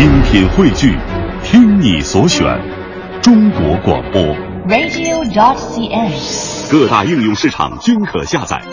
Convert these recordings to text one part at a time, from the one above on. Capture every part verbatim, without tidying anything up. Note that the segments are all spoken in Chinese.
精品汇聚，听你所选，中国广播 radio dot c n， 各大应用市场均可下载。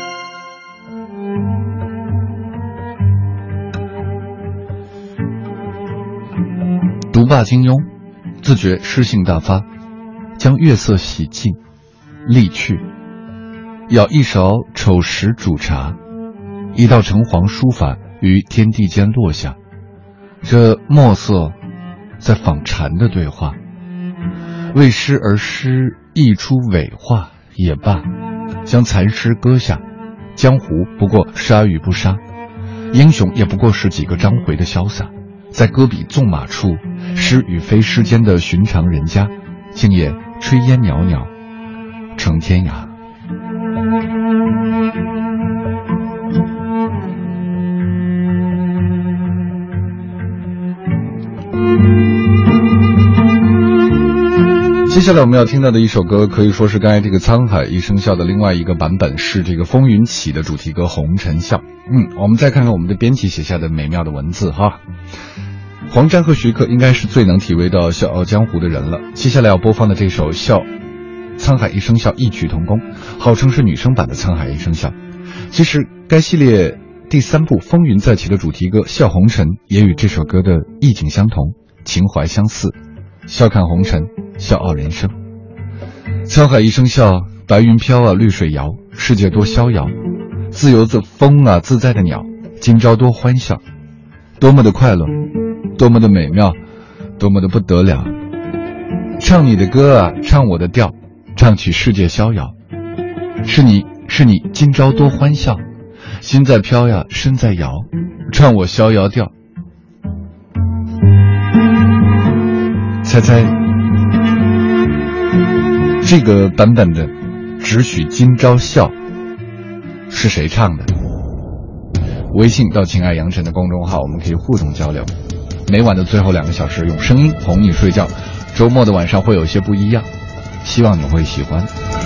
独霸金庸，自觉诗性大发，将月色洗净，沥去，舀一勺丑时煮茶，一道橙黄书法于天地间落下。这墨色在访禅的对话，为诗而诗，溢出伪话也罢，将残诗搁下。江湖不过杀与不杀，英雄也不过是几个章回的潇洒。在戈壁纵马处，诗与非诗间的寻常人家，竟也炊烟袅袅，成天涯。接下来我们要听到的一首歌，可以说是刚才这个沧海一声笑的另外一个版本，是这个风云起的主题歌红尘笑。嗯，我们再看看我们的编辑写下的美妙的文字哈。黄沾和徐克应该是最能体味到笑傲江湖的人了。接下来要播放的这首笑沧海一声笑异曲同工，号称是女生版的沧海一声笑。其实该系列第三部风云再起的主题歌笑红尘也与这首歌的意境相同，情怀相似，笑看红尘，笑傲人生。沧海一声笑，白云飘啊绿水摇，世界多逍遥，自由自风啊自在的鸟，今朝多欢笑，多么的快乐，多么的美妙，多么的不得了。唱你的歌啊，唱我的调，唱起世界逍遥。是你是你今朝多欢笑，心在飘呀身在摇，唱我逍遥调。猜猜这个版本的只许今朝笑是谁唱的？微信到情爱杨晨的公众号，我们可以互动交流。每晚的最后两个小时，用声音哄你睡觉。周末的晚上会有些不一样，希望你会喜欢。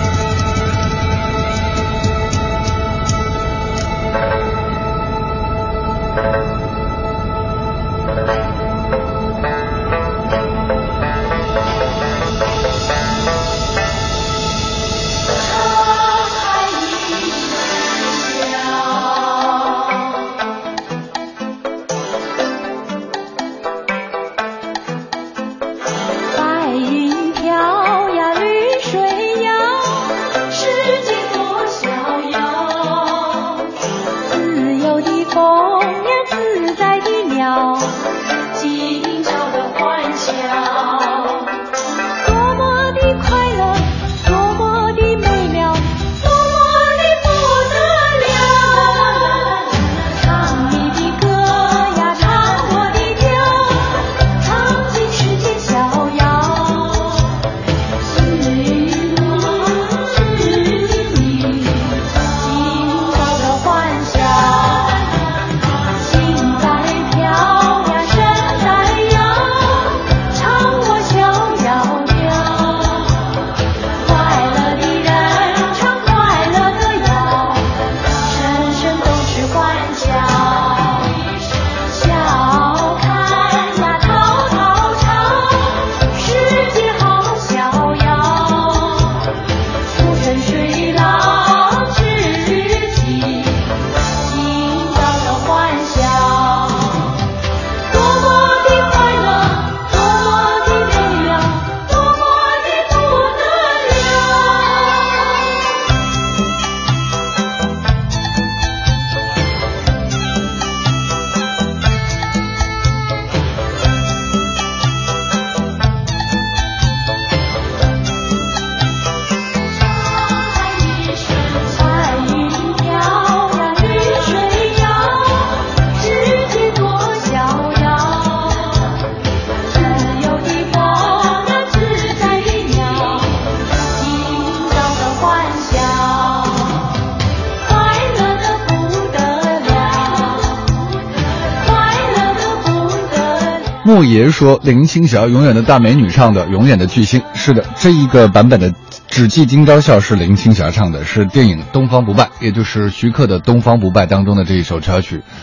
莫爷说林青霞永远的大美女唱的永远的巨星。是的，这一个版本的只记今朝笑是林青霞唱的，是电影东方不败，也就是徐克的东方不败当中的这一首插曲。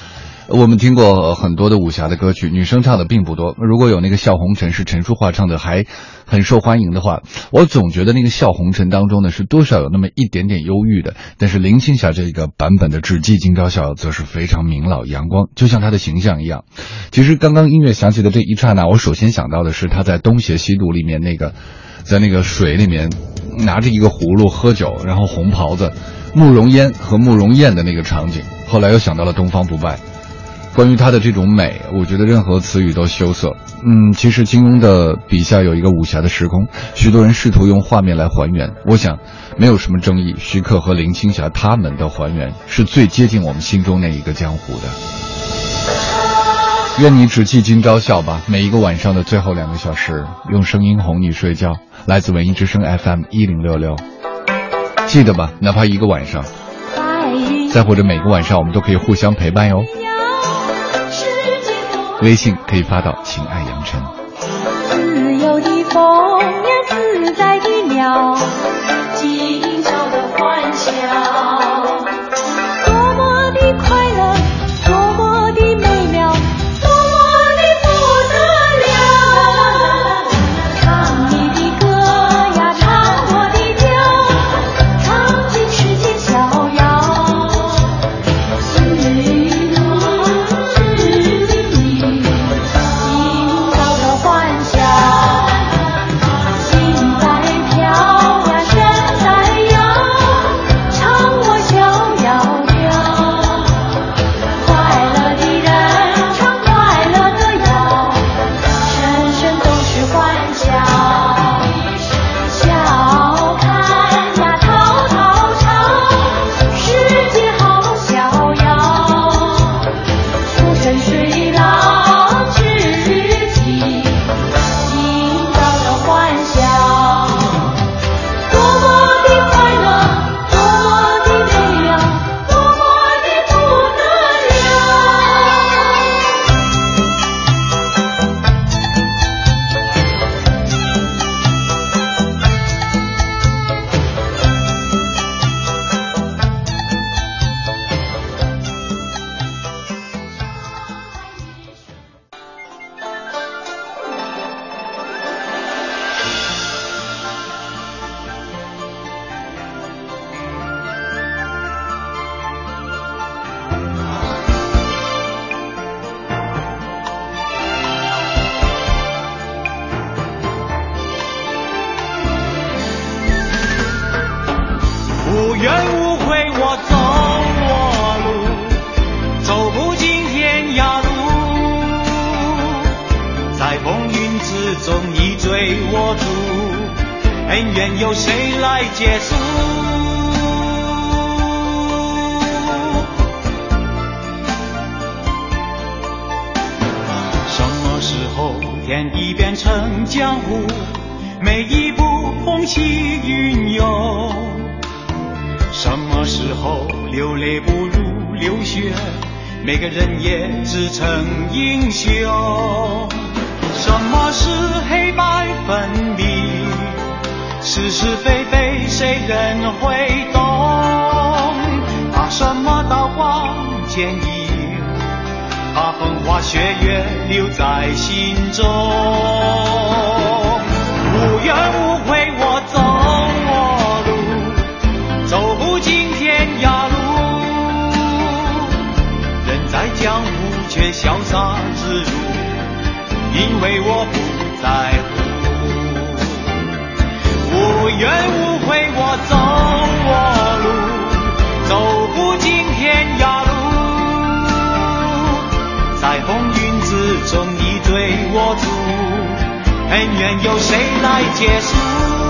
我们听过很多的武侠的歌曲，女生唱的并不多。如果有那个笑红尘是陈淑桦唱的还很受欢迎的话，我总觉得那个笑红尘当中呢是多少有那么一点点忧郁的。但是林青霞这个版本的只记今朝笑则是非常明朗阳光，就像她的形象一样。其实刚刚音乐响起的这一刹那，我首先想到的是她在《东邪西毒》里面那个在那个水里面拿着一个葫芦喝酒，然后红袍子慕容嫣和慕容燕的那个场景。后来又想到了东方不败。关于她的这种美，我觉得任何词语都羞涩。嗯，其实金庸的笔下有一个武侠的时空，许多人试图用画面来还原，我想没有什么争议，徐克和林青霞他们的还原是最接近我们心中那一个江湖的。愿你只记今朝笑吧，每一个晚上的最后两个小时，用声音哄你睡觉。来自文艺之声 F M 一零六六，记得吧，哪怕一个晚上，再或者每个晚上，我们都可以互相陪伴哟。微信可以发到情爱杨晨。 自由的风呀，自在的鸟，今朝的欢笑，多么的快乐，多么的美妙，多么的不得了。唱你的歌呀，唱我的调，唱尽世间逍遥。 每个人也自称英雄。什么是黑白分明？是是非非谁人会懂？怕什么刀光剑影？怕风花雪月留在心中。无怨无悔我走我路，走不尽天涯路。在江湖却潇洒自如，因为我不在乎。无怨无悔我走我路，走不尽天涯路。在风云之中你对我足，恩怨由谁来结束？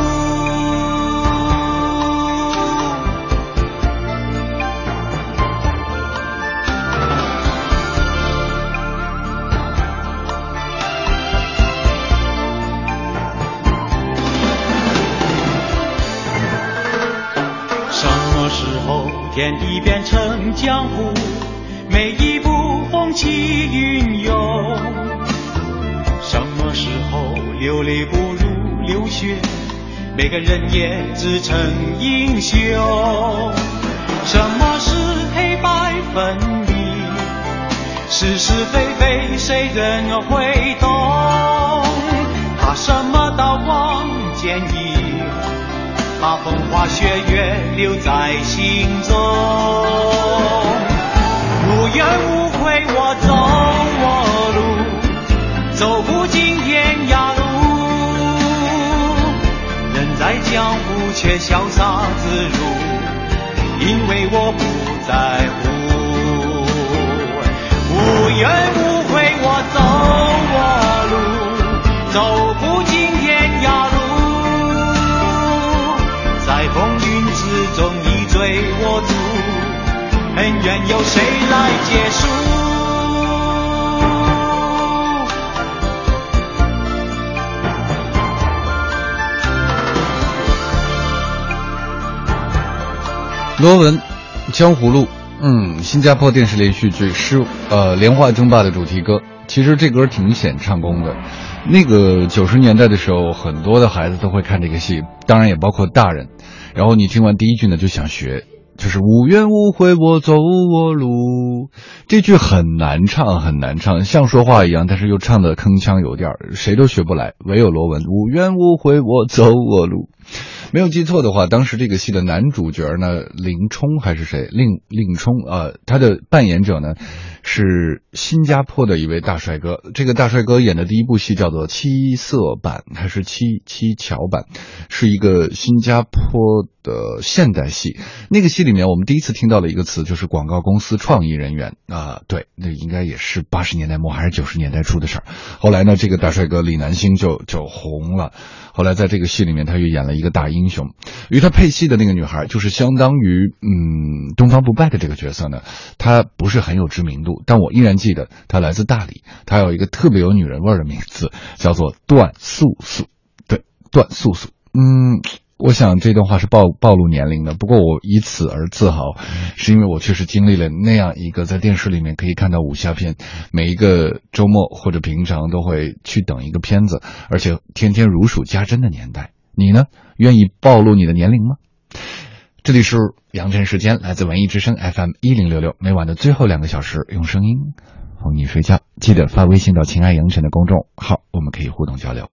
天地变成江湖，每一步风起云涌。什么时候流泪不如流血？每个人也自称英雄。什么是黑白分明？ 是是非非谁人会懂？怕什么刀光剑影，把风花雪月留在心中。无怨无悔我走我路，走不尽天涯路。人在江湖却潇洒自如，因为我不在乎。无怨无悔我走我路，走不尽天涯路。在风云之中你追我逐，恩怨由谁来结束？ 罗文，江湖路，嗯，新加坡电视连续剧是呃莲花争霸的主题歌。其实这歌挺显唱功的。那个九十年代的时候，很多的孩子都会看这个戏，当然也包括大人。然后你听完第一句呢，就想学，就是无怨无悔我走我路。这句很难唱，很难唱，像说话一样，但是又唱的铿锵有调，谁都学不来，唯有罗文无怨无悔我走我路。没有记错的话，当时这个戏的男主角呢，林冲还是谁？令令冲呃，他的扮演者呢是新加坡的一位大帅哥。这个大帅哥演的第一部戏叫做《七色版》还是七七巧版，是一个新加坡的现代戏。那个戏里面我们第一次听到了一个词，就是广告公司创意人员啊、呃，对，那应该也是八十年代末还是九十年代初的事儿。后来呢，这个大帅哥李南星就就红了。后来在这个戏里面，他又演了一个大英雄。与他配戏的那个女孩，就是相当于嗯东方不败的这个角色呢，她不是很有知名度，但我依然记得她来自大理，她有一个特别有女人味的名字，叫做段素素。对，段素素。嗯。我想这段话是暴暴露年龄的，不过我以此而自豪，是因为我确实经历了那样一个在电视里面可以看到武侠片，每一个周末或者平常都会去等一个片子，而且天天如数家珍的年代。你呢？愿意暴露你的年龄吗？这里是杨晨时间，来自文艺之声 F M 一零六六，每晚的最后两个小时，用声音哄你睡觉。记得发微信到情爱杨晨的公众号，我们可以互动交流。